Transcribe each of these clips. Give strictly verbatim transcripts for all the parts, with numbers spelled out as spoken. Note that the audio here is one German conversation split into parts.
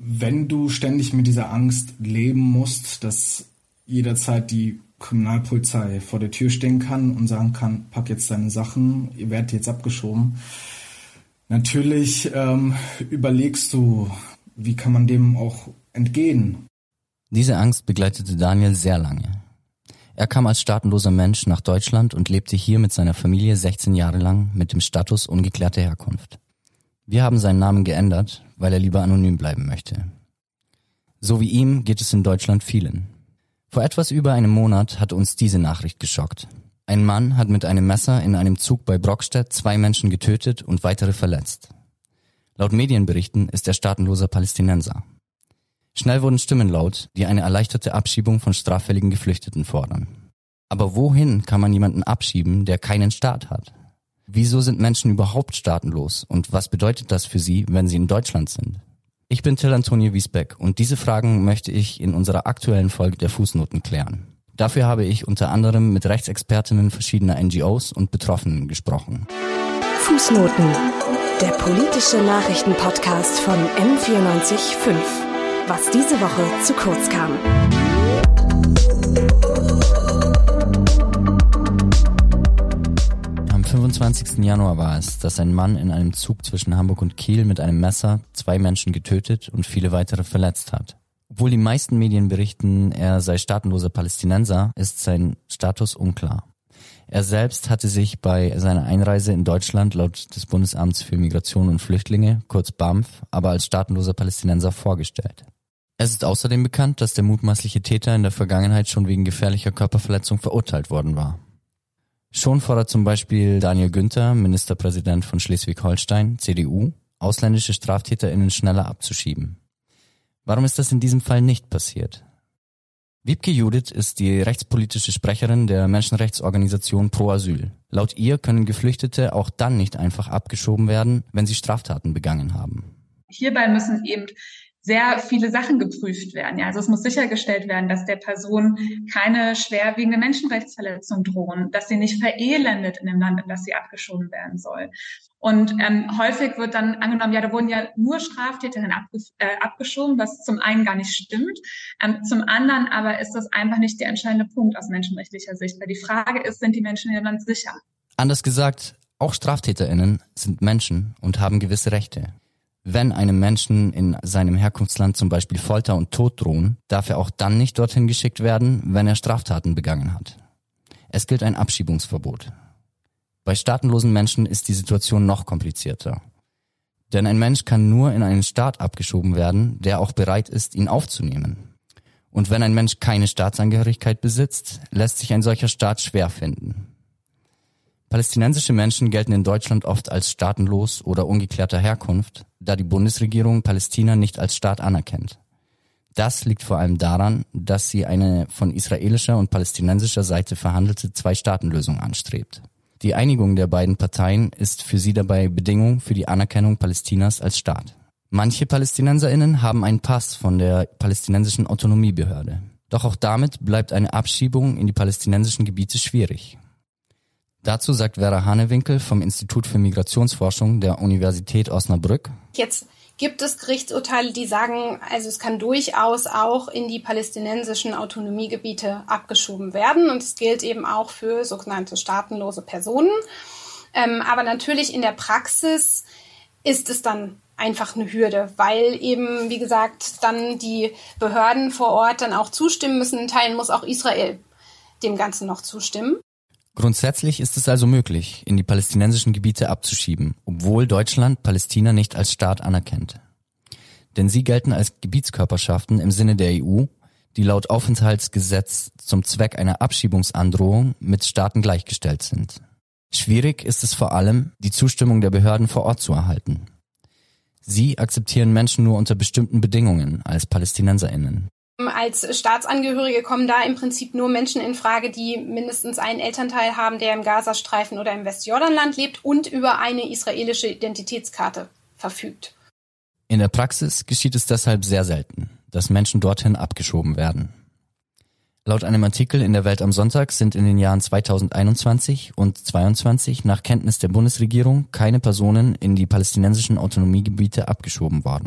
wenn du ständig mit dieser Angst leben musst, dass jederzeit die Kriminalpolizei vor der Tür stehen kann und sagen kann, pack jetzt deine Sachen, ihr werdet jetzt abgeschoben. Natürlich ähm, überlegst du, wie kann man dem auch entgehen. Diese Angst begleitete Daniel sehr lange. Er kam als staatenloser Mensch nach Deutschland und lebte hier mit seiner Familie sechzehn Jahre lang mit dem Status ungeklärte Herkunft. Wir haben seinen Namen geändert, weil er lieber anonym bleiben möchte. So wie ihm geht es in Deutschland vielen. Vor etwas über einem Monat hat uns diese Nachricht geschockt. Ein Mann hat mit einem Messer in einem Zug bei Brockstedt zwei Menschen getötet und weitere verletzt. Laut Medienberichten ist er staatenloser Palästinenser. Schnell wurden Stimmen laut, die eine erleichterte Abschiebung von straffälligen Geflüchteten fordern. Aber wohin kann man jemanden abschieben, der keinen Staat hat? Wieso sind Menschen überhaupt staatenlos und was bedeutet das für sie, wenn sie in Deutschland sind? Ich bin Till Antonio Wiesbeck und diese Fragen möchte ich in unserer aktuellen Folge der Fußnoten klären. Dafür habe ich unter anderem mit Rechtsexpertinnen verschiedener N G Os und Betroffenen gesprochen. Fußnoten, der politische Nachrichtenpodcast von M vierundneunzig Komma fünf. Was diese Woche zu kurz kam. Am fünfundzwanzigsten Januar war es, dass ein Mann in einem Zug zwischen Hamburg und Kiel mit einem Messer zwei Menschen getötet und viele weitere verletzt hat. Obwohl die meisten Medien berichten, er sei staatenloser Palästinenser, ist sein Status unklar. Er selbst hatte sich bei seiner Einreise in Deutschland laut des Bundesamts für Migration und Flüchtlinge, kurz B A M F, aber als staatenloser Palästinenser vorgestellt. Es ist außerdem bekannt, dass der mutmaßliche Täter in der Vergangenheit schon wegen gefährlicher Körperverletzung verurteilt worden war. Schon fordert zum Beispiel Daniel Günther, Ministerpräsident von Schleswig-Holstein, C D U, ausländische StraftäterInnen schneller abzuschieben. Warum ist das in diesem Fall nicht passiert? Wiebke Judith ist die rechtspolitische Sprecherin der Menschenrechtsorganisation Pro Asyl. Laut ihr können Geflüchtete auch dann nicht einfach abgeschoben werden, wenn sie Straftaten begangen haben. Hierbei müssen eben sehr viele Sachen geprüft werden. Ja, also es muss sichergestellt werden, dass der Person keine schwerwiegende Menschenrechtsverletzung drohen, dass sie nicht verelendet in dem Land, in das sie abgeschoben werden soll. Und ähm, häufig wird dann angenommen, ja, da wurden ja nur Straftäterinnen abge äh, abgeschoben, was zum einen gar nicht stimmt. Ähm, zum anderen aber ist das einfach nicht der entscheidende Punkt aus menschenrechtlicher Sicht, weil die Frage ist, sind die Menschen in ihrem Land sicher? Anders gesagt, auch StraftäterInnen sind Menschen und haben gewisse Rechte. Wenn einem Menschen in seinem Herkunftsland zum Beispiel Folter und Tod drohen, darf er auch dann nicht dorthin geschickt werden, wenn er Straftaten begangen hat. Es gilt ein Abschiebungsverbot. Bei staatenlosen Menschen ist die Situation noch komplizierter. Denn ein Mensch kann nur in einen Staat abgeschoben werden, der auch bereit ist, ihn aufzunehmen. Und wenn ein Mensch keine Staatsangehörigkeit besitzt, lässt sich ein solcher Staat schwer finden. Palästinensische Menschen gelten in Deutschland oft als staatenlos oder ungeklärter Herkunft, da die Bundesregierung Palästina nicht als Staat anerkennt. Das liegt vor allem daran, dass sie eine von israelischer und palästinensischer Seite verhandelte Zwei-Staaten-Lösung anstrebt. Die Einigung der beiden Parteien ist für sie dabei Bedingung für die Anerkennung Palästinas als Staat. Manche PalästinenserInnen haben einen Pass von der palästinensischen Autonomiebehörde. Doch auch damit bleibt eine Abschiebung in die palästinensischen Gebiete schwierig. Dazu sagt Vera Hanewinkel vom Institut für Migrationsforschung der Universität Osnabrück: Jetzt gibt es Gerichtsurteile, die sagen, also es kann durchaus auch in die palästinensischen Autonomiegebiete abgeschoben werden. Und es gilt eben auch für sogenannte staatenlose Personen. Ähm, aber natürlich in der Praxis ist es dann einfach eine Hürde, weil eben, wie gesagt, dann die Behörden vor Ort dann auch zustimmen müssen. In Teilen muss auch Israel dem Ganzen noch zustimmen. Grundsätzlich ist es also möglich, in die palästinensischen Gebiete abzuschieben, obwohl Deutschland Palästina nicht als Staat anerkennt. Denn sie gelten als Gebietskörperschaften im Sinne der E U, die laut Aufenthaltsgesetz zum Zweck einer Abschiebungsandrohung mit Staaten gleichgestellt sind. Schwierig ist es vor allem, die Zustimmung der Behörden vor Ort zu erhalten. Sie akzeptieren Menschen nur unter bestimmten Bedingungen als PalästinenserInnen. Als Staatsangehörige kommen da im Prinzip nur Menschen in Frage, die mindestens einen Elternteil haben, der im Gazastreifen oder im Westjordanland lebt und über eine israelische Identitätskarte verfügt. In der Praxis geschieht es deshalb sehr selten, dass Menschen dorthin abgeschoben werden. Laut einem Artikel in der Welt am Sonntag sind in den Jahren zweitausendeinundzwanzig und zweitausendzweiundzwanzig nach Kenntnis der Bundesregierung keine Personen in die palästinensischen Autonomiegebiete abgeschoben worden.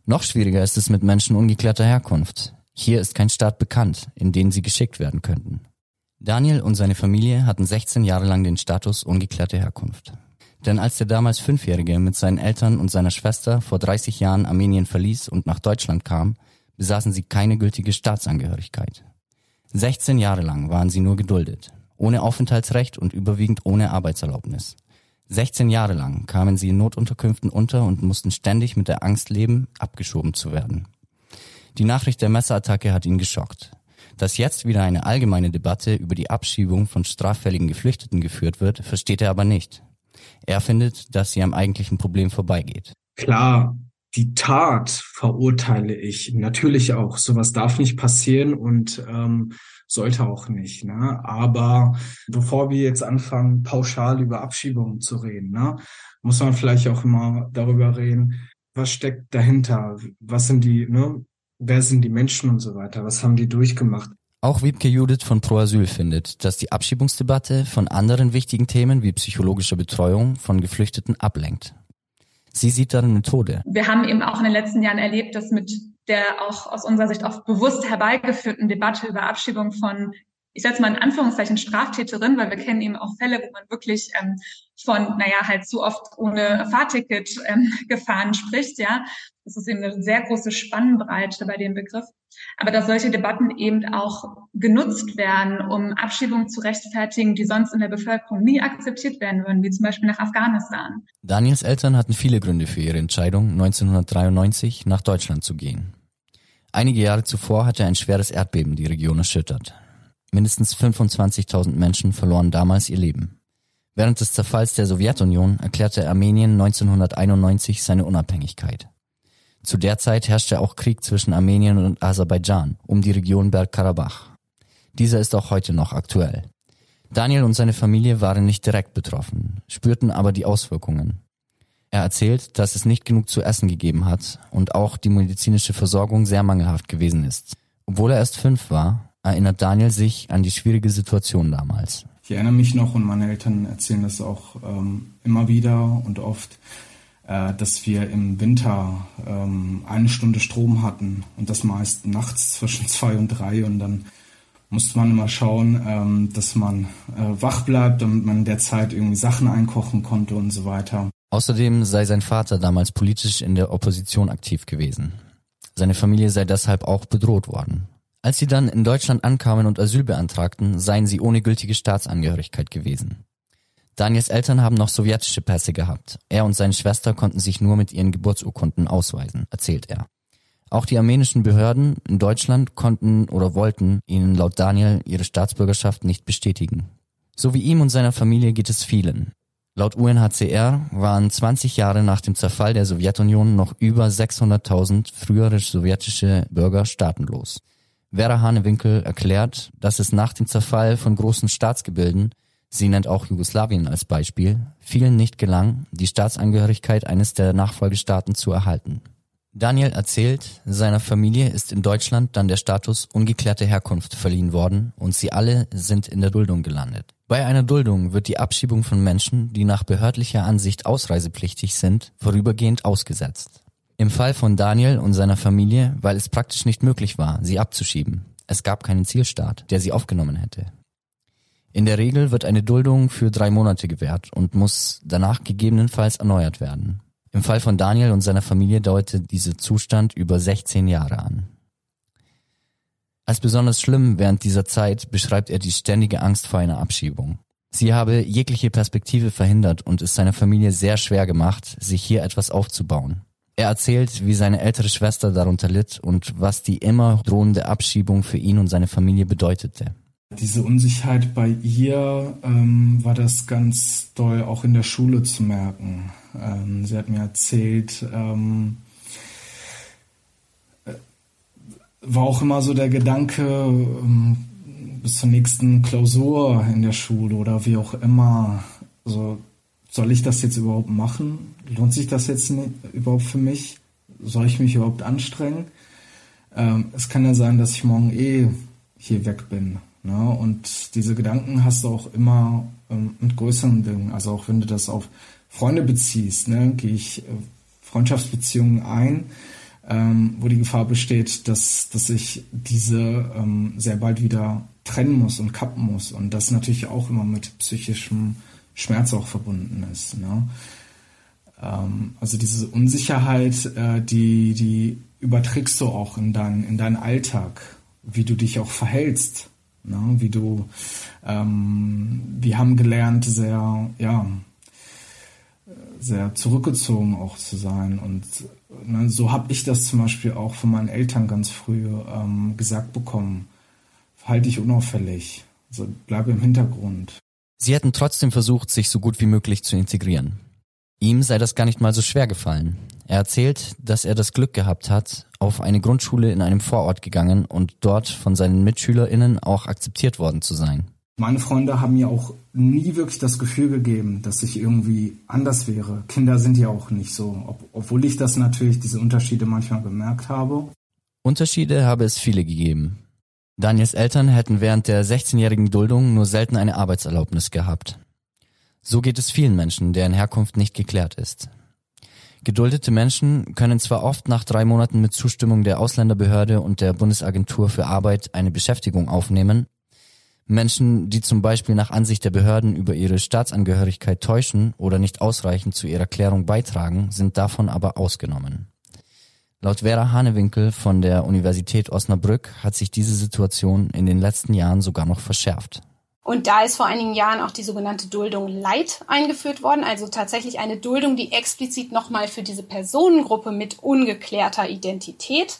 Noch schwieriger ist es mit Menschen ungeklärter Herkunft. Hier ist kein Staat bekannt, in den sie geschickt werden könnten. Daniel und seine Familie hatten sechzehn Jahre lang den Status ungeklärte Herkunft. Denn als der damals Fünfjährige mit seinen Eltern und seiner Schwester vor dreißig Jahren Armenien verließ und nach Deutschland kam, besaßen sie keine gültige Staatsangehörigkeit. sechzehn Jahre lang waren sie nur geduldet, ohne Aufenthaltsrecht und überwiegend ohne Arbeitserlaubnis. sechzehn Jahre lang kamen sie in Notunterkünften unter und mussten ständig mit der Angst leben, abgeschoben zu werden. Die Nachricht der Messerattacke hat ihn geschockt. Dass jetzt wieder eine allgemeine Debatte über die Abschiebung von straffälligen Geflüchteten geführt wird, versteht er aber nicht. Er findet, dass sie am eigentlichen Problem vorbeigeht. Klar, die Tat verurteile ich natürlich auch. Sowas darf nicht passieren und ähm, sollte auch nicht. Ne? Aber bevor wir jetzt anfangen, pauschal über Abschiebungen zu reden, ne, muss man vielleicht auch immer darüber reden, was steckt dahinter? Was sind die, ne? Wer sind die Menschen und so weiter? Was haben die durchgemacht? Auch Wiebke Judith von Pro Asyl findet, dass die Abschiebungsdebatte von anderen wichtigen Themen wie psychologischer Betreuung von Geflüchteten ablenkt. Sie sieht darin Methode. Wir haben eben auch in den letzten Jahren erlebt, dass mit der auch aus unserer Sicht oft bewusst herbeigeführten Debatte über Abschiebung von, ich setze mal in Anführungszeichen, Straftäterinnen, weil wir kennen eben auch Fälle, wo man wirklich ähm, von, naja, halt so oft ohne Fahrticket ähm, gefahren spricht, ja. Das ist eben eine sehr große Spannbreite bei dem Begriff. Aber dass solche Debatten eben auch genutzt werden, um Abschiebungen zu rechtfertigen, die sonst in der Bevölkerung nie akzeptiert werden würden, wie zum Beispiel nach Afghanistan. Daniels Eltern hatten viele Gründe für ihre Entscheidung, neunzehnhundertdreiundneunzig nach Deutschland zu gehen. Einige Jahre zuvor hatte ein schweres Erdbeben die Region erschüttert. Mindestens fünfundzwanzigtausend Menschen verloren damals ihr Leben. Während des Zerfalls der Sowjetunion erklärte Armenien neunzehnhunderteinundneunzig seine Unabhängigkeit. Zu der Zeit herrschte auch Krieg zwischen Armenien und Aserbaidschan um die Region Bergkarabach. Dieser ist auch heute noch aktuell. Daniel und seine Familie waren nicht direkt betroffen, spürten aber die Auswirkungen. Er erzählt, dass es nicht genug zu essen gegeben hat und auch die medizinische Versorgung sehr mangelhaft gewesen ist. Obwohl er erst fünf war, erinnert Daniel sich an die schwierige Situation damals. Ich erinnere mich noch, und meine Eltern erzählen das auch ähm, immer wieder und oft, äh, dass wir im Winter ähm, eine Stunde Strom hatten und das meist nachts zwischen zwei und drei, und dann musste man immer schauen, ähm, dass man äh, wach bleibt, damit man in der Zeit irgendwie Sachen einkochen konnte und so weiter. Außerdem sei sein Vater damals politisch in der Opposition aktiv gewesen. Seine Familie sei deshalb auch bedroht worden. Als sie dann in Deutschland ankamen und Asyl beantragten, seien sie ohne gültige Staatsangehörigkeit gewesen. Daniels Eltern haben noch sowjetische Pässe gehabt. Er und seine Schwester konnten sich nur mit ihren Geburtsurkunden ausweisen, erzählt er. Auch die armenischen Behörden in Deutschland konnten oder wollten ihnen laut Daniel ihre Staatsbürgerschaft nicht bestätigen. So wie ihm und seiner Familie geht es vielen. Laut U N H C R waren zwanzig Jahre nach dem Zerfall der Sowjetunion noch über sechshunderttausend frühere sowjetische Bürger staatenlos. Vera Hanewinkel erklärt, dass es nach dem Zerfall von großen Staatsgebilden, sie nennt auch Jugoslawien als Beispiel, vielen nicht gelang, die Staatsangehörigkeit eines der Nachfolgestaaten zu erhalten. Daniel erzählt, seiner Familie ist in Deutschland dann der Status ungeklärte Herkunft verliehen worden und sie alle sind in der Duldung gelandet. Bei einer Duldung wird die Abschiebung von Menschen, die nach behördlicher Ansicht ausreisepflichtig sind, vorübergehend ausgesetzt. Im Fall von Daniel und seiner Familie, weil es praktisch nicht möglich war, sie abzuschieben. Es gab keinen Zielstaat, der sie aufgenommen hätte. In der Regel wird eine Duldung für drei Monate gewährt und muss danach gegebenenfalls erneuert werden. Im Fall von Daniel und seiner Familie dauerte dieser Zustand über sechzehn Jahre an. Als besonders schlimm während dieser Zeit beschreibt er die ständige Angst vor einer Abschiebung. Sie habe jegliche Perspektive verhindert und es seiner Familie sehr schwer gemacht, sich hier etwas aufzubauen. Er erzählt, wie seine ältere Schwester darunter litt und was die immer drohende Abschiebung für ihn und seine Familie bedeutete. Diese Unsicherheit bei ihr ähm, war das ganz doll auch in der Schule zu merken. Ähm, sie hat mir erzählt, ähm, äh, war auch immer so der Gedanke, ähm, bis zur nächsten Klausur in der Schule oder wie auch immer, so, soll ich das jetzt überhaupt machen? Lohnt sich das jetzt nicht, überhaupt für mich? Soll ich mich überhaupt anstrengen? Ähm, es kann ja sein, dass ich morgen eh hier weg bin. Ne? Und diese Gedanken hast du auch immer ähm, mit größeren Dingen. Also auch wenn du das auf Freunde beziehst, ne? Gehe ich äh, Freundschaftsbeziehungen ein, ähm, wo die Gefahr besteht, dass, dass ich diese ähm, sehr bald wieder trennen muss und kappen muss. Und das natürlich auch immer mit psychischem Schmerz auch verbunden ist. Ne? Ähm, also diese Unsicherheit, äh, die, die überträgst du auch in, dein, in deinen Alltag, wie du dich auch verhältst. Ne? Wie du, ähm, wir haben gelernt, sehr, ja, sehr zurückgezogen auch zu sein. Und ne, so habe ich das zum Beispiel auch von meinen Eltern ganz früh ähm, gesagt bekommen. Verhalte dich unauffällig, also bleibe im Hintergrund. Sie hätten trotzdem versucht, sich so gut wie möglich zu integrieren. Ihm sei das gar nicht mal so schwer gefallen. Er erzählt, dass er das Glück gehabt hat, auf eine Grundschule in einem Vorort gegangen und dort von seinen MitschülerInnen auch akzeptiert worden zu sein. Meine Freunde haben mir auch nie wirklich das Gefühl gegeben, dass ich irgendwie anders wäre. Kinder sind ja auch nicht so, ob, obwohl ich das natürlich, diese Unterschiede manchmal bemerkt habe. Unterschiede habe es viele gegeben. Daniels Eltern hätten während der sechzehnjährigen Duldung nur selten eine Arbeitserlaubnis gehabt. So geht es vielen Menschen, deren Herkunft nicht geklärt ist. Geduldete Menschen können zwar oft nach drei Monaten mit Zustimmung der Ausländerbehörde und der Bundesagentur für Arbeit eine Beschäftigung aufnehmen. Menschen, die zum Beispiel nach Ansicht der Behörden über ihre Staatsangehörigkeit täuschen oder nicht ausreichend zu ihrer Klärung beitragen, sind davon aber ausgenommen. Laut Vera Hanewinkel von der Universität Osnabrück hat sich diese Situation in den letzten Jahren sogar noch verschärft. Und da ist vor einigen Jahren auch die sogenannte Duldung Light eingeführt worden, also tatsächlich eine Duldung, die explizit nochmal für diese Personengruppe mit ungeklärter Identität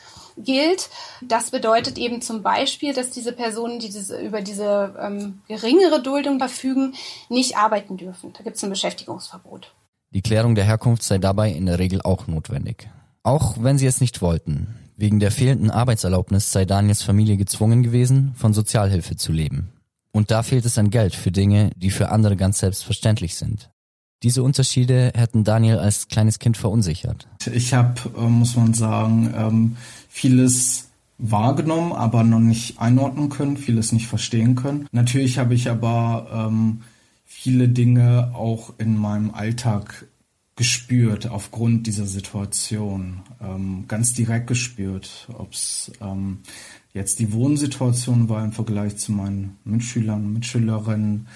gilt. Das bedeutet eben zum Beispiel, dass diese Personen, die diese, über diese ähm, geringere Duldung verfügen, nicht arbeiten dürfen. Da gibt es ein Beschäftigungsverbot. Die Klärung der Herkunft sei dabei in der Regel auch notwendig. Auch wenn sie es nicht wollten. Wegen der fehlenden Arbeitserlaubnis sei Daniels Familie gezwungen gewesen, von Sozialhilfe zu leben. Und da fehlt es an Geld für Dinge, die für andere ganz selbstverständlich sind. Diese Unterschiede hätten Daniel als kleines Kind verunsichert. Ich habe, äh, muss man sagen, ähm, vieles wahrgenommen, aber noch nicht einordnen können, vieles nicht verstehen können. Natürlich habe ich aber ähm, viele Dinge auch in meinem Alltag gespürt, aufgrund dieser Situation. Ähm, ganz direkt gespürt, ob es ähm, jetzt die Wohnsituation war im Vergleich zu meinen Mitschülern, Mitschülerinnen,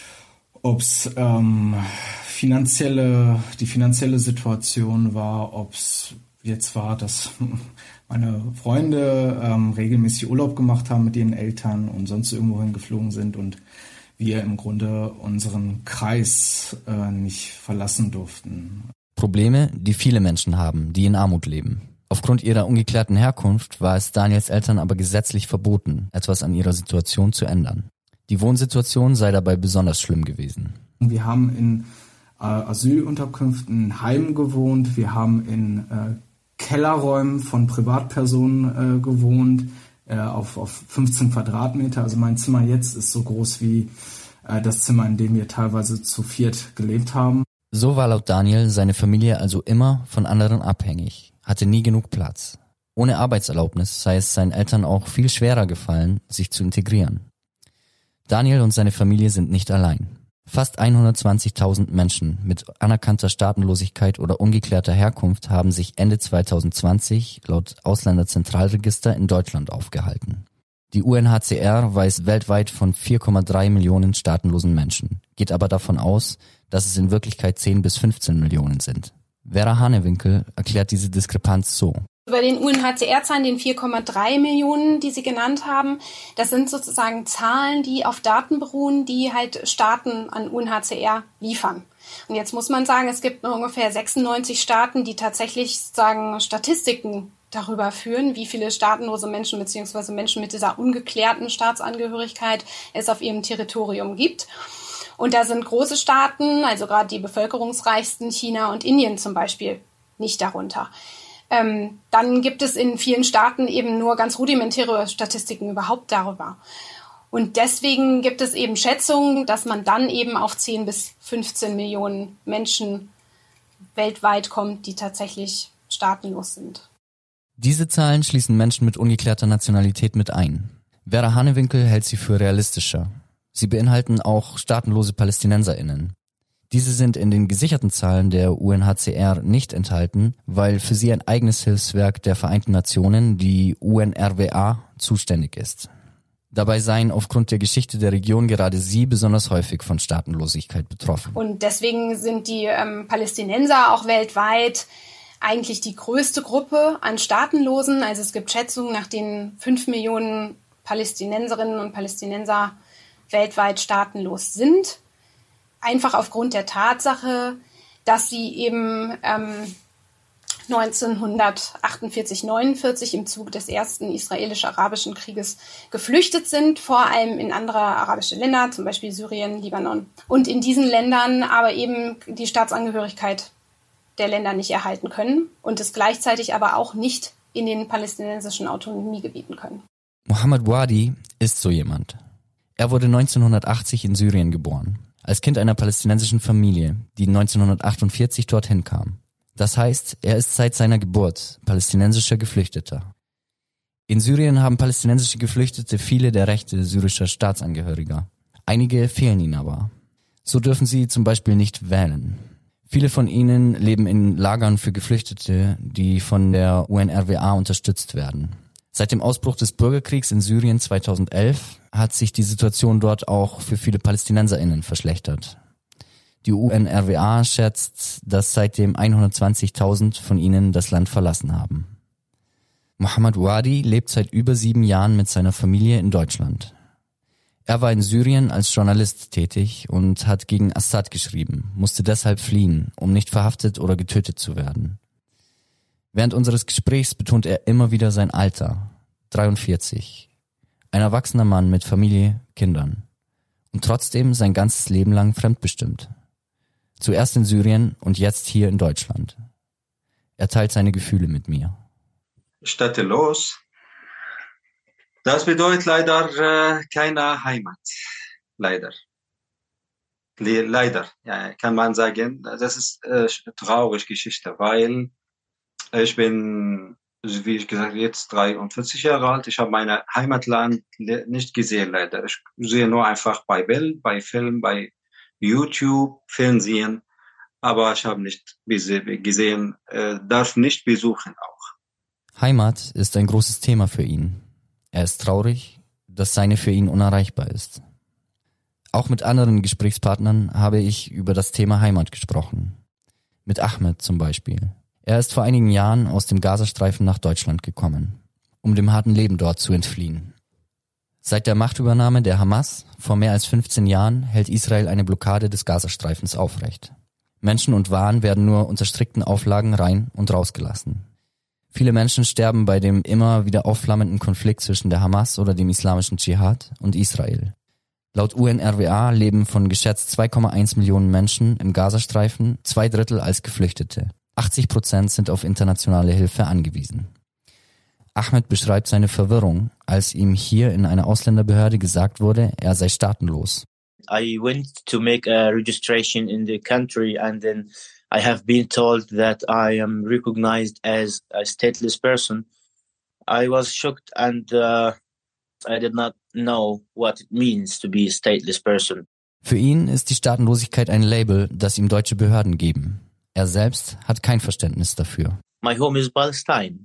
ob es ähm, finanzielle, die finanzielle Situation war, ob es jetzt war, dass meine Freunde ähm, regelmäßig Urlaub gemacht haben mit ihren Eltern und sonst irgendwo hingeflogen sind und wir im Grunde unseren Kreis äh, nicht verlassen durften. Probleme, die viele Menschen haben, die in Armut leben. Aufgrund ihrer ungeklärten Herkunft war es Daniels Eltern aber gesetzlich verboten, etwas an ihrer Situation zu ändern. Die Wohnsituation sei dabei besonders schlimm gewesen. Wir haben in äh, Asylunterkünften in Heimen gewohnt, wir haben in äh, Kellerräumen von Privatpersonen äh, gewohnt, äh, auf, auf fünfzehn Quadratmeter. Also mein Zimmer jetzt ist so groß wie äh, das Zimmer, in dem wir teilweise zu viert gelebt haben. So war laut Daniel seine Familie also immer von anderen abhängig, hatte nie genug Platz. Ohne Arbeitserlaubnis sei es seinen Eltern auch viel schwerer gefallen, sich zu integrieren. Daniel und seine Familie sind nicht allein. Fast hundertzwanzigtausend Menschen mit anerkannter Staatenlosigkeit oder ungeklärter Herkunft haben sich Ende zweitausendzwanzig laut Ausländerzentralregister in Deutschland aufgehalten. Die U N H C R weiß weltweit von vier Komma drei Millionen staatenlosen Menschen, geht aber davon aus, dass es in Wirklichkeit zehn bis fünfzehn Millionen sind. Vera Hanewinkel erklärt diese Diskrepanz so. Bei den U N H C R-Zahlen, den vier Komma drei Millionen, die Sie genannt haben, das sind sozusagen Zahlen, die auf Daten beruhen, die halt Staaten an U N H C R liefern. Und jetzt muss man sagen, es gibt nur ungefähr sechsundneunzig Staaten, die tatsächlich sagen Statistiken darüber führen, wie viele staatenlose Menschen bzw. Menschen mit dieser ungeklärten Staatsangehörigkeit es auf ihrem Territorium gibt. Und da sind große Staaten, also gerade die bevölkerungsreichsten, China und Indien zum Beispiel, nicht darunter. Ähm, dann gibt es in vielen Staaten eben nur ganz rudimentäre Statistiken überhaupt darüber. Und deswegen gibt es eben Schätzungen, dass man dann eben auf zehn bis fünfzehn Millionen Menschen weltweit kommt, die tatsächlich staatenlos sind. Diese Zahlen schließen Menschen mit ungeklärter Nationalität mit ein. Vera Hanewinkel hält sie für realistischer. Sie beinhalten auch staatenlose PalästinenserInnen. Diese sind in den gesicherten Zahlen der U N H C R nicht enthalten, weil für sie ein eigenes Hilfswerk der Vereinten Nationen, die U N R W A, zuständig ist. Dabei seien aufgrund der Geschichte der Region gerade sie besonders häufig von Staatenlosigkeit betroffen. Und deswegen sind die ähm, Palästinenser auch weltweit eigentlich die größte Gruppe an Staatenlosen. Also es gibt Schätzungen, nach denen fünf Millionen Palästinenserinnen und Palästinenser weltweit staatenlos sind. Einfach aufgrund der Tatsache, dass sie eben ähm, neunzehnhundertachtundvierzig neunundvierzig im Zuge des ersten israelisch-arabischen Krieges geflüchtet sind, vor allem in andere arabische Länder, zum Beispiel Syrien, Libanon. Und in diesen Ländern aber eben die Staatsangehörigkeit der Länder nicht erhalten können und es gleichzeitig aber auch nicht in den palästinensischen Autonomiegebieten können. Mohammed Wadi ist so jemand. Er wurde neunzehnhundertachtzig in Syrien geboren. Als Kind einer palästinensischen Familie, die neunzehnhundertachtundvierzig dorthin kam. Das heißt, er ist seit seiner Geburt palästinensischer Geflüchteter. In Syrien haben palästinensische Geflüchtete viele der Rechte syrischer Staatsangehöriger. Einige fehlen ihnen aber. So dürfen sie zum Beispiel nicht wählen. Viele von ihnen leben in Lagern für Geflüchtete, die von der U N R W A unterstützt werden. Seit dem Ausbruch des Bürgerkriegs in Syrien zweitausendelf hat sich die Situation dort auch für viele PalästinenserInnen verschlechtert. Die U N R W A schätzt, dass seitdem hundertzwanzigtausend von ihnen das Land verlassen haben. Mohammed Wadi lebt seit über sieben Jahren mit seiner Familie in Deutschland. Er war in Syrien als Journalist tätig und hat gegen Assad geschrieben, musste deshalb fliehen, um nicht verhaftet oder getötet zu werden. Während unseres Gesprächs betont er immer wieder sein Alter, dreiundvierzig. Ein erwachsener Mann mit Familie, Kindern. Und trotzdem sein ganzes Leben lang fremdbestimmt. Zuerst in Syrien und jetzt hier in Deutschland. Er teilt seine Gefühle mit mir. Staatenlos. Das bedeutet leider äh, keine Heimat. Leider. Le- leider, ja, kann man sagen. Das ist äh, eine traurige Geschichte, weil ich bin, wie ich gesagt, jetzt dreiundvierzig Jahre alt. Ich habe mein Heimatland nicht gesehen, leider. Ich sehe nur einfach bei Bild, bei Film, bei YouTube, Fernsehen. Aber ich habe nicht gesehen, äh, darf nicht besuchen auch. Heimat ist ein großes Thema für ihn. Er ist traurig, dass seine für ihn unerreichbar ist. Auch mit anderen Gesprächspartnern habe ich über das Thema Heimat gesprochen. Mit Ahmed zum Beispiel. Er ist vor einigen Jahren aus dem Gazastreifen nach Deutschland gekommen, um dem harten Leben dort zu entfliehen. Seit der Machtübernahme der Hamas vor mehr als fünfzehn Jahren hält Israel eine Blockade des Gazastreifens aufrecht. Menschen und Waren werden nur unter strikten Auflagen rein und rausgelassen. Viele Menschen sterben bei dem immer wieder aufflammenden Konflikt zwischen der Hamas oder dem islamischen Dschihad und Israel. Laut U N R W A leben von geschätzt zwei Komma eins Millionen Menschen im Gazastreifen zwei Drittel als Geflüchtete. achtzig Prozent sind auf internationale Hilfe angewiesen. Ahmed beschreibt seine Verwirrung, als ihm hier in einer Ausländerbehörde gesagt wurde, er sei staatenlos. I went to make a registration in the country and then I have been told that I am recognized as a stateless person. I was shocked and uh, I did not know what it means to be a stateless person. Für ihn ist die Staatenlosigkeit ein Label, das ihm deutsche Behörden geben. Er selbst hat kein Verständnis dafür. My home is Palestine.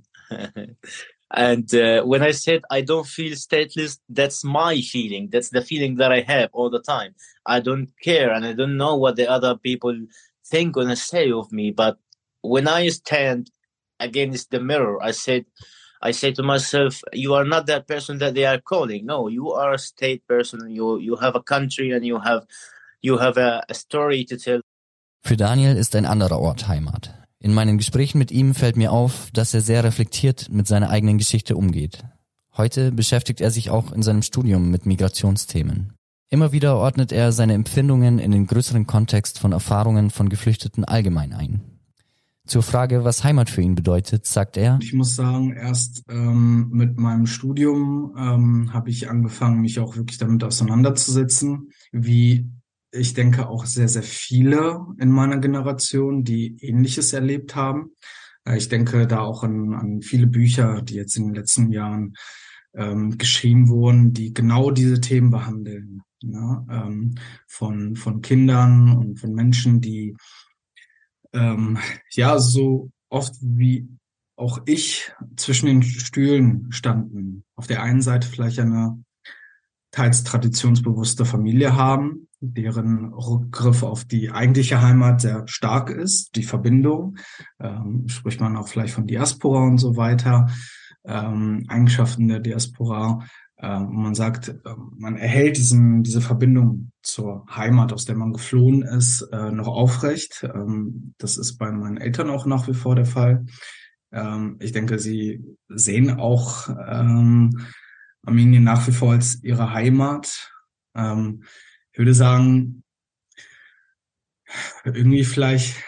And uh, when I said I don't feel stateless, that's my feeling. That's the feeling that I have all the time. I don't care and I don't know what the other people think and say of me. But when I stand against the mirror, I said, I say to myself, you are not that person that they are calling. No, you are a state person. You you have a country and you have you have a, a story to tell. Für Daniel ist ein anderer Ort Heimat. In meinen Gesprächen mit ihm fällt mir auf, dass er sehr reflektiert mit seiner eigenen Geschichte umgeht. Heute beschäftigt er sich auch in seinem Studium mit Migrationsthemen. Immer wieder ordnet er seine Empfindungen in den größeren Kontext von Erfahrungen von Geflüchteten allgemein ein. Zur Frage, was Heimat für ihn bedeutet, sagt er: Ich muss sagen, erst ähm, mit meinem Studium ähm, habe ich angefangen, mich auch wirklich damit auseinanderzusetzen, wie ich denke auch sehr, sehr viele in meiner Generation, die Ähnliches erlebt haben. Ich denke da auch an, an viele Bücher, die jetzt in den letzten Jahren ähm, geschrieben wurden, die genau diese Themen behandeln. Ja, ähm, von, von Kindern und von Menschen, die ähm, ja so oft wie auch ich zwischen den Stühlen standen. Auf der einen Seite vielleicht eine teils traditionsbewusste Familie haben, deren Rückgriff auf die eigentliche Heimat sehr stark ist, die Verbindung, ähm, spricht man auch vielleicht von Diaspora und so weiter, ähm, Eigenschaften der Diaspora. Ähm, man sagt, äh, man erhält diesen, diese Verbindung zur Heimat, aus der man geflohen ist, äh, noch aufrecht. Ähm, das ist bei meinen Eltern auch nach wie vor der Fall. Ähm, ich denke, sie sehen auch ähm, Armenien nach wie vor als ihre Heimat. Ähm, ich würde sagen, irgendwie vielleicht,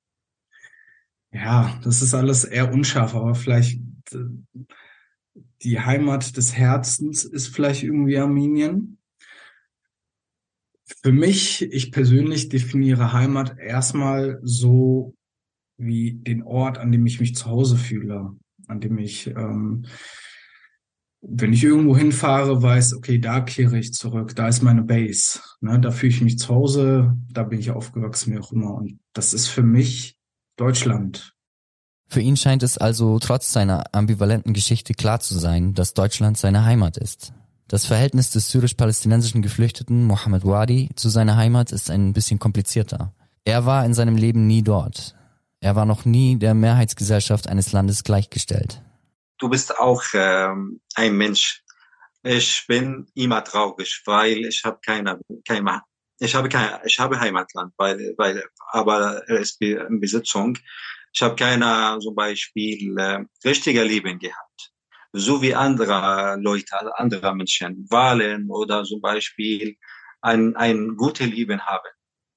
ja, das ist alles eher unscharf, aber vielleicht die Heimat des Herzens ist vielleicht irgendwie Armenien. Für mich, ich persönlich definiere Heimat erstmal so wie den Ort, an dem ich mich zu Hause fühle, an dem ich, ähm, wenn ich irgendwo hinfahre, weiß, okay, da kehre ich zurück, da ist meine Base, ne, da fühle ich mich zu Hause, da bin ich aufgewachsen, wie auch immer. Und das ist für mich Deutschland. Für ihn scheint es also trotz seiner ambivalenten Geschichte klar zu sein, dass Deutschland seine Heimat ist. Das Verhältnis des syrisch-palästinensischen Geflüchteten Mohammed Wadi zu seiner Heimat ist ein bisschen komplizierter. Er war in seinem Leben nie dort. Er war noch nie der Mehrheitsgesellschaft eines Landes gleichgestellt. Du bist auch ähm, ein Mensch. Ich bin immer traurig, weil ich habe keine, keine, ich habe keine, ich habe Heimatland, weil, weil, aber es ist in Besitzung. Ich habe keine, zum Beispiel, äh, richtige Leben gehabt. So wie andere Leute, andere Menschen, Wahlen oder zum Beispiel ein, ein gutes Leben haben.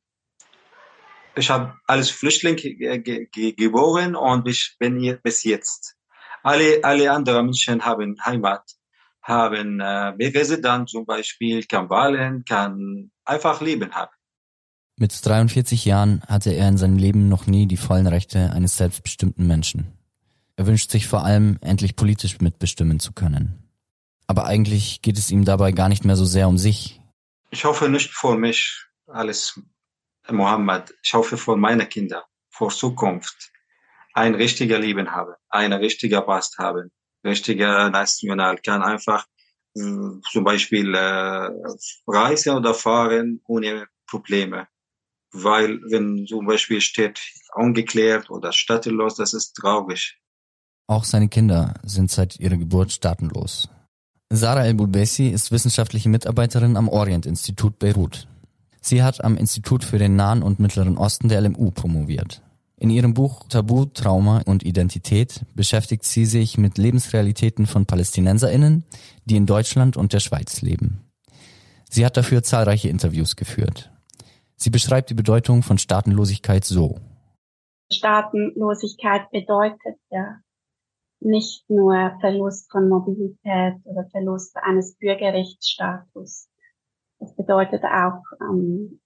Ich habe als Flüchtling ge- ge- geboren und ich bin hier bis jetzt. Alle, alle anderen Menschen haben Heimat, haben äh, bewiesen, dann zum Beispiel kann Wahlen, kann einfach Leben haben. Mit dreiundvierzig Jahren hatte er in seinem Leben noch nie die vollen Rechte eines selbstbestimmten Menschen. Er wünscht sich vor allem, endlich politisch mitbestimmen zu können. Aber eigentlich geht es ihm dabei gar nicht mehr so sehr um sich. Ich hoffe nicht für mich alles, Mohammed. Ich hoffe für meine Kinder, für Zukunft. Ein richtiger Leben haben, ein richtiger Pass haben, richtiger national, kann einfach mh, zum Beispiel äh, reisen oder fahren ohne Probleme. Weil wenn zum Beispiel steht ungeklärt oder staatenlos, das ist traurig. Auch seine Kinder sind seit ihrer Geburt staatenlos. Sara El-Bulbesi ist wissenschaftliche Mitarbeiterin am Orient-Institut Beirut. Sie hat am Institut für den Nahen und Mittleren Osten der L M U promoviert. In ihrem Buch Tabu, Trauma und Identität beschäftigt sie sich mit Lebensrealitäten von PalästinenserInnen, die in Deutschland und der Schweiz leben. Sie hat dafür zahlreiche Interviews geführt. Sie beschreibt die Bedeutung von Staatenlosigkeit so. Staatenlosigkeit bedeutet ja nicht nur Verlust von Mobilität oder Verlust eines Bürgerrechtsstatus. Es bedeutet auch ähm,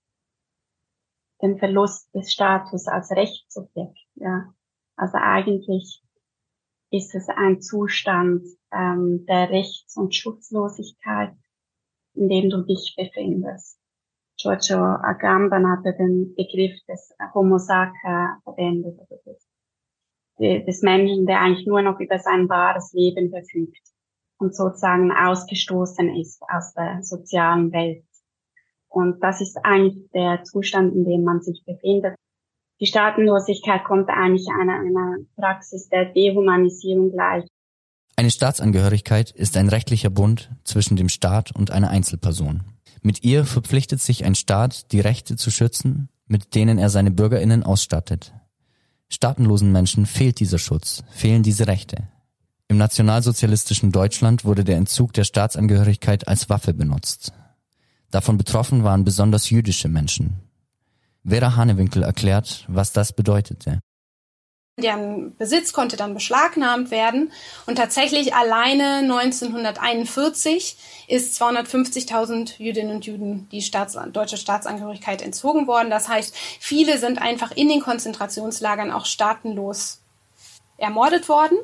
den Verlust des Status als Rechtssubjekt. Ja. Also eigentlich ist es ein Zustand ähm, der Rechts- und Schutzlosigkeit, in dem du dich befindest. Giorgio Agamben hatte den Begriff des Homo sacer verwendet, also des, des Menschen, der eigentlich nur noch über sein wahres Leben verfügt und sozusagen ausgestoßen ist aus der sozialen Welt. Und das ist eigentlich der Zustand, in dem man sich befindet. Die Staatenlosigkeit kommt eigentlich einer, einer Praxis der Dehumanisierung gleich. Eine Staatsangehörigkeit ist ein rechtlicher Bund zwischen dem Staat und einer Einzelperson. Mit ihr verpflichtet sich ein Staat, die Rechte zu schützen, mit denen er seine BürgerInnen ausstattet. Staatenlosen Menschen fehlt dieser Schutz, fehlen diese Rechte. Im nationalsozialistischen Deutschland wurde der Entzug der Staatsangehörigkeit als Waffe benutzt. Davon betroffen waren besonders jüdische Menschen. Vera Hanewinkel erklärt, was das bedeutete. Deren Besitz konnte dann beschlagnahmt werden und tatsächlich alleine neunzehnhunderteinundvierzig ist zweihundertfünfzigtausend Jüdinnen und Juden die Staats- deutsche Staatsangehörigkeit entzogen worden. Das heißt, viele sind einfach in den Konzentrationslagern auch staatenlos ermordet worden.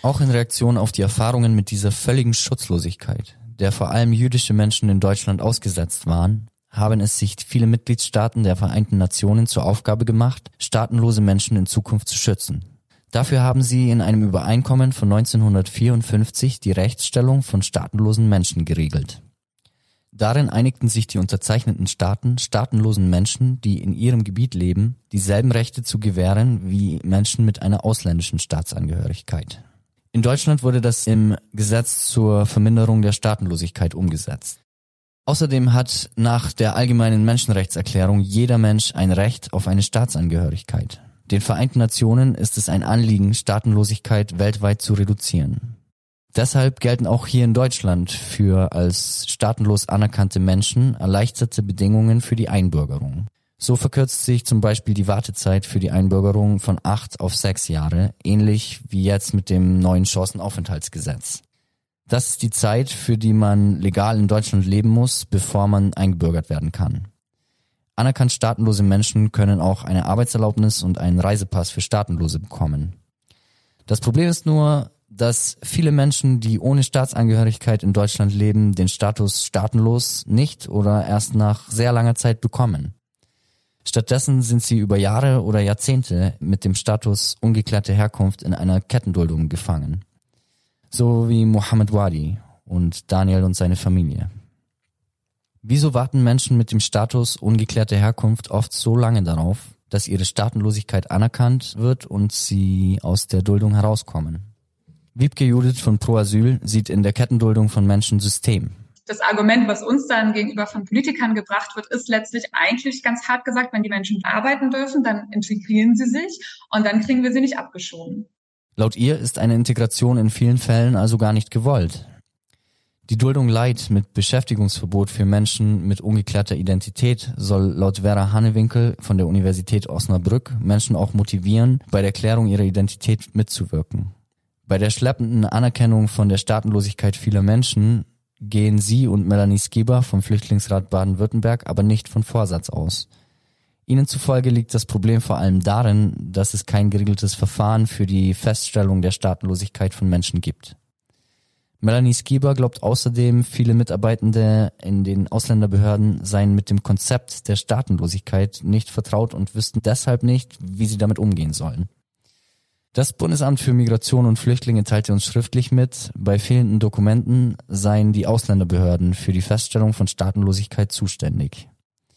Auch in Reaktion auf die Erfahrungen mit dieser völligen Schutzlosigkeit, der vor allem jüdische Menschen in Deutschland ausgesetzt waren, haben es sich viele Mitgliedstaaten der Vereinten Nationen zur Aufgabe gemacht, staatenlose Menschen in Zukunft zu schützen. Dafür haben sie in einem Übereinkommen von neunzehnhundertvierundfünfzig die Rechtsstellung von staatenlosen Menschen geregelt. Darin einigten sich die unterzeichneten Staaten, staatenlosen Menschen, die in ihrem Gebiet leben, dieselben Rechte zu gewähren wie Menschen mit einer ausländischen Staatsangehörigkeit. In Deutschland wurde das im Gesetz zur Verminderung der Staatenlosigkeit umgesetzt. Außerdem hat nach der Allgemeinen Menschenrechtserklärung jeder Mensch ein Recht auf eine Staatsangehörigkeit. Den Vereinten Nationen ist es ein Anliegen, Staatenlosigkeit weltweit zu reduzieren. Deshalb gelten auch hier in Deutschland für als staatenlos anerkannte Menschen erleichterte Bedingungen für die Einbürgerung. So verkürzt sich zum Beispiel die Wartezeit für die Einbürgerung von acht auf sechs Jahre, ähnlich wie jetzt mit dem neuen Chancenaufenthaltsgesetz. Das ist die Zeit, für die man legal in Deutschland leben muss, bevor man eingebürgert werden kann. Anerkannt staatenlose Menschen können auch eine Arbeitserlaubnis und einen Reisepass für Staatenlose bekommen. Das Problem ist nur, dass viele Menschen, die ohne Staatsangehörigkeit in Deutschland leben, den Status staatenlos nicht oder erst nach sehr langer Zeit bekommen. Stattdessen sind sie über Jahre oder Jahrzehnte mit dem Status ungeklärte Herkunft in einer Kettenduldung gefangen. So wie Mohammed Wadi und Daniel und seine Familie. Wieso warten Menschen mit dem Status ungeklärte Herkunft oft so lange darauf, dass ihre Staatenlosigkeit anerkannt wird und sie aus der Duldung herauskommen? Wiebke Judith von Pro Asyl sieht in der Kettenduldung von Menschen System. Das Argument, was uns dann gegenüber von Politikern gebracht wird, ist letztlich eigentlich ganz hart gesagt, wenn die Menschen arbeiten dürfen, dann integrieren sie sich und dann kriegen wir sie nicht abgeschoben. Laut ihr ist eine Integration in vielen Fällen also gar nicht gewollt. Die Duldung Light mit Beschäftigungsverbot für Menschen mit ungeklärter Identität soll laut Vera Hanewinkel von der Universität Osnabrück Menschen auch motivieren, bei der Klärung ihrer Identität mitzuwirken. Bei der schleppenden Anerkennung von der Staatenlosigkeit vieler Menschen gehen sie und Melanie Skiba vom Flüchtlingsrat Baden-Württemberg aber nicht von Vorsatz aus. Ihnen zufolge liegt das Problem vor allem darin, dass es kein geregeltes Verfahren für die Feststellung der Staatenlosigkeit von Menschen gibt. Melanie Skiba glaubt außerdem, viele Mitarbeitende in den Ausländerbehörden seien mit dem Konzept der Staatenlosigkeit nicht vertraut und wüssten deshalb nicht, wie sie damit umgehen sollen. Das Bundesamt für Migration und Flüchtlinge teilte uns schriftlich mit, bei fehlenden Dokumenten seien die Ausländerbehörden für die Feststellung von Staatenlosigkeit zuständig.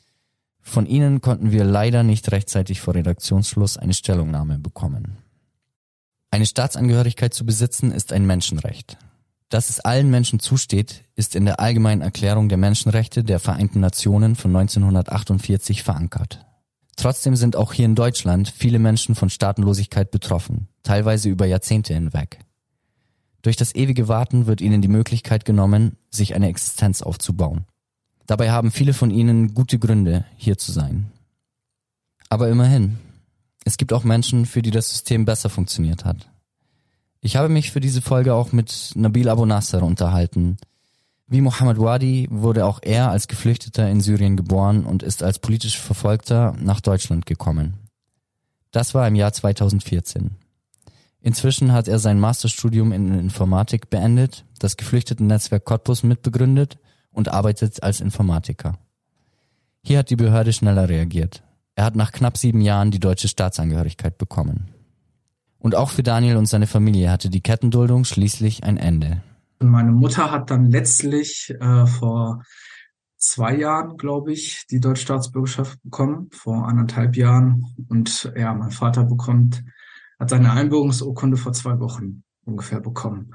Von ihnen konnten wir leider nicht rechtzeitig vor Redaktionsschluss eine Stellungnahme bekommen. Eine Staatsangehörigkeit zu besitzen ist ein Menschenrecht. Dass es allen Menschen zusteht, ist in der Allgemeinen Erklärung der Menschenrechte der Vereinten Nationen von neunzehnhundertachtundvierzig verankert. Trotzdem sind auch hier in Deutschland viele Menschen von Staatenlosigkeit betroffen, teilweise über Jahrzehnte hinweg. Durch das ewige Warten wird ihnen die Möglichkeit genommen, sich eine Existenz aufzubauen. Dabei haben viele von ihnen gute Gründe, hier zu sein. Aber immerhin, es gibt auch Menschen, für die das System besser funktioniert hat. Ich habe mich für diese Folge auch mit Nabil Abu Nasser unterhalten. Wie Mohammed Wadi wurde auch er als Geflüchteter in Syrien geboren und ist als politisch Verfolgter nach Deutschland gekommen. Das war im Jahr zweitausendvierzehn. Inzwischen hat er sein Masterstudium in Informatik beendet, das Geflüchtetennetzwerk Cottbus mitbegründet und arbeitet als Informatiker. Hier hat die Behörde schneller reagiert. Er hat nach knapp sieben Jahren die deutsche Staatsangehörigkeit bekommen. Und auch für Daniel und seine Familie hatte die Kettenduldung schließlich ein Ende. Meine Mutter hat dann letztlich äh, vor zwei Jahren, glaube ich, die deutsche Staatsbürgerschaft bekommen, vor anderthalb Jahren. Und ja, mein Vater bekommt, hat seine Einbürgerungsurkunde vor zwei Wochen ungefähr bekommen.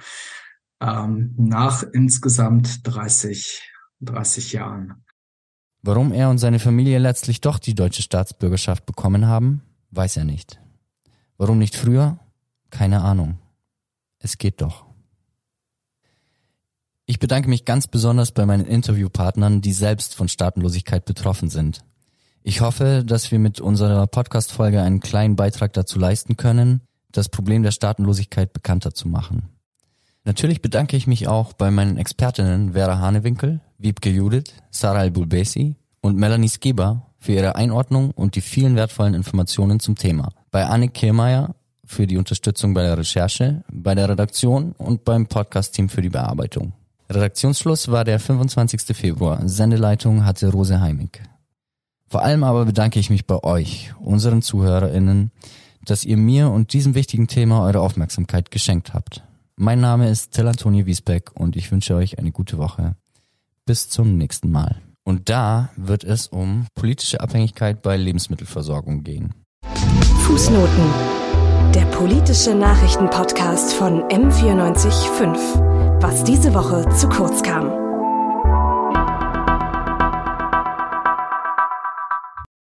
Ähm, nach insgesamt dreißig, dreißig Jahren. Warum er und seine Familie letztlich doch die deutsche Staatsbürgerschaft bekommen haben, weiß er nicht. Warum nicht früher? Keine Ahnung. Es geht doch. Ich bedanke mich ganz besonders bei meinen Interviewpartnern, die selbst von Staatenlosigkeit betroffen sind. Ich hoffe, dass wir mit unserer Podcast-Folge einen kleinen Beitrag dazu leisten können, das Problem der Staatenlosigkeit bekannter zu machen. Natürlich bedanke ich mich auch bei meinen Expertinnen Vera Hanewinkel, Wiebke Judith, Sarah El-Bulbesi und Melanie Skiba für ihre Einordnung und die vielen wertvollen Informationen zum Thema. Bei Annik Kehlmeier für die Unterstützung bei der Recherche, bei der Redaktion und beim Podcast-Team für die Bearbeitung. Redaktionsschluss war der fünfundzwanzigster Februar. Sendeleitung hatte Rose Heimig. Vor allem aber bedanke ich mich bei euch, unseren ZuhörerInnen, dass ihr mir und diesem wichtigen Thema eure Aufmerksamkeit geschenkt habt. Mein Name ist Till Antonie Wiesbeck und ich wünsche euch eine gute Woche. Bis zum nächsten Mal. Und da wird es um politische Abhängigkeit bei Lebensmittelversorgung gehen. Fußnoten. Der politische Nachrichtenpodcast von M vierundneunzig Komma fünf. Was diese Woche zu kurz kam.